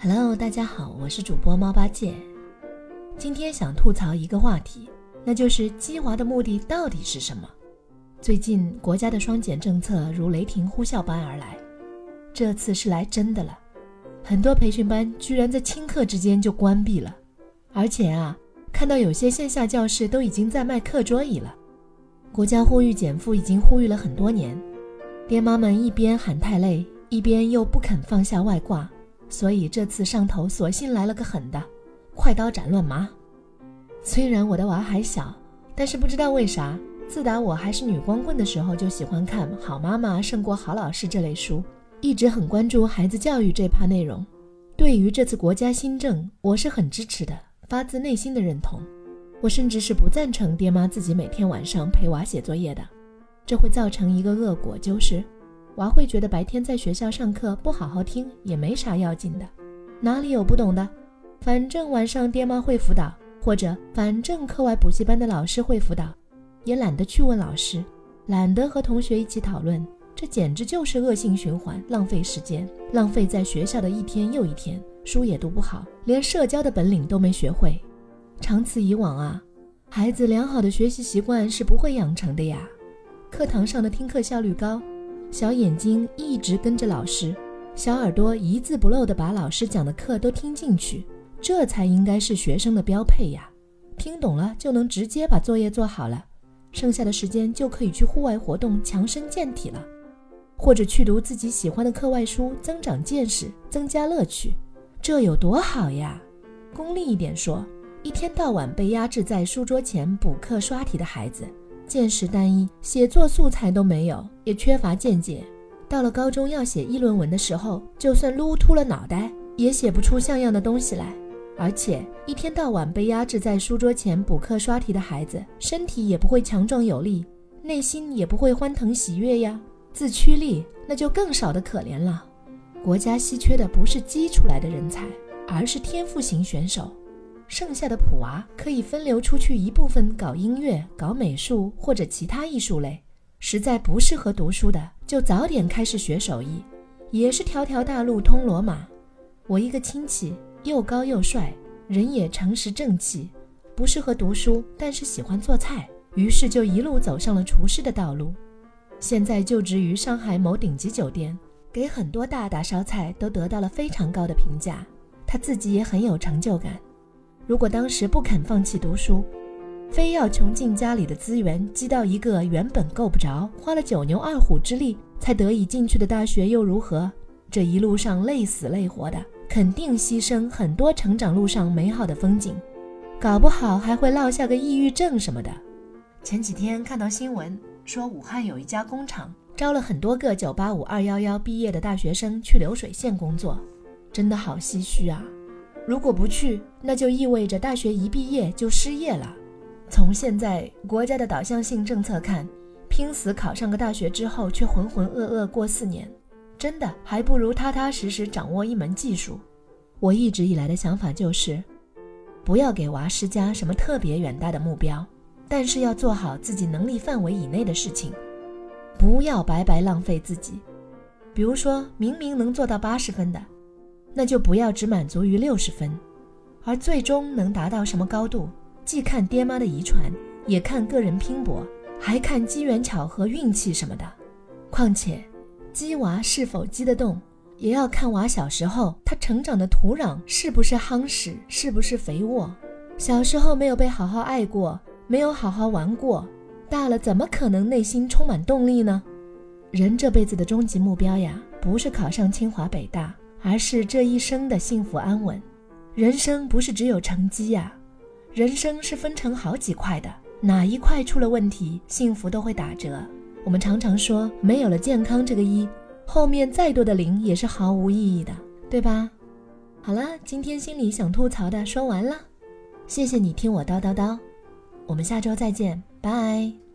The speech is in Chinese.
Hello， 大家好，我是主播猫八戒。今天想吐槽一个话题，那就是鸡娃的目的到底是什么？最近国家的双减政策如雷霆呼啸般而来，这次是来真的了。很多培训班居然在顷刻之间就关闭了，而且看到有些线下教室都已经在卖课桌椅了。国家呼吁减负已经呼吁了很多年，爹妈们一边喊太累，一边又不肯放下外挂，所以这次上头索性来了个狠的，快刀斩乱麻。虽然我的娃还小，但是不知道为啥，自打我还是女光棍的时候就喜欢看《好妈妈胜过好老师》这类书，一直很关注孩子教育这趴内容。对于这次国家新政，我是很支持的，发自内心的认同。我甚至是不赞成爹妈自己每天晚上陪娃写作业的，这会造成一个恶果，就是娃会觉得白天在学校上课不好好听也没啥要紧的，哪里有不懂的，反正晚上爹妈会辅导，或者反正课外补习班的老师会辅导，也懒得去问老师，懒得和同学一起讨论，这简直就是恶性循环，浪费时间，浪费在学校的一天又一天，书也读不好，连社交的本领都没学会。长此以往孩子良好的学习习惯是不会养成的呀。课堂上的听课效率高，小眼睛一直跟着老师，小耳朵一字不漏地把老师讲的课都听进去，这才应该是学生的标配呀。听懂了就能直接把作业做好了，剩下的时间就可以去户外活动强身健体了，或者去读自己喜欢的课外书，增长见识，增加乐趣，这有多好呀。功利一点说，一天到晚被压制在书桌前补课刷题的孩子，见识单一，写作素材都没有，也缺乏见解，到了高中要写议论文的时候，就算撸秃了脑袋也写不出像样的东西来。而且一天到晚被压制在书桌前补课刷题的孩子，身体也不会强壮有力，内心也不会欢腾喜悦呀，自驱力那就更少得可怜了。国家稀缺的不是激出来的人才，而是天赋型选手。剩下的普娃可以分流出去一部分搞音乐、搞美术或者其他艺术类，实在不适合读书的就早点开始学手艺，也是条条大路通罗马。我一个亲戚又高又帅，人也诚实正气，不适合读书，但是喜欢做菜，于是就一路走上了厨师的道路。现在就职于上海某顶级酒店，给很多大大烧菜都得到了非常高的评价，他自己也很有成就感。如果当时不肯放弃读书，非要穷尽家里的资源积到一个原本够不着，花了9牛2虎之力才得以进去的大学又如何？这一路上累死累活的，肯定牺牲很多成长路上美好的风景，搞不好还会落下个抑郁症什么的。前几天看到新闻说，武汉有一家工厂招了很多个985、211毕业的大学生去流水线工作，真的好唏嘘啊。如果不去，那就意味着大学一毕业就失业了。从现在国家的导向性政策看，拼死考上个大学之后却浑浑噩噩过4年，真的还不如踏踏实实掌握一门技术。我一直以来的想法就是，不要给娃施加什么特别远大的目标，但是要做好自己能力范围以内的事情，不要白白浪费自己。比如说明明能做到80分的，那就不要只满足于60分，而最终能达到什么高度，既看爹妈的遗传，也看个人拼搏，还看机缘巧合运气什么的。况且鸡娃是否鸡得动，也要看娃小时候他成长的土壤是不是夯实，是不是肥沃。小时候没有被好好爱过，没有好好玩过，大了怎么可能内心充满动力呢？人这辈子的终极目标呀，不是考上清华北大，而是这一生的幸福安稳。人生不是只有成绩呀，人生是分成好几块的，哪一块出了问题，幸福都会打折。我们常常说，没有了健康这个1，后面再多的0也是毫无意义的，对吧？好了，今天心里想吐槽的说完了，谢谢你听我叨叨叨，我们下周再见，拜。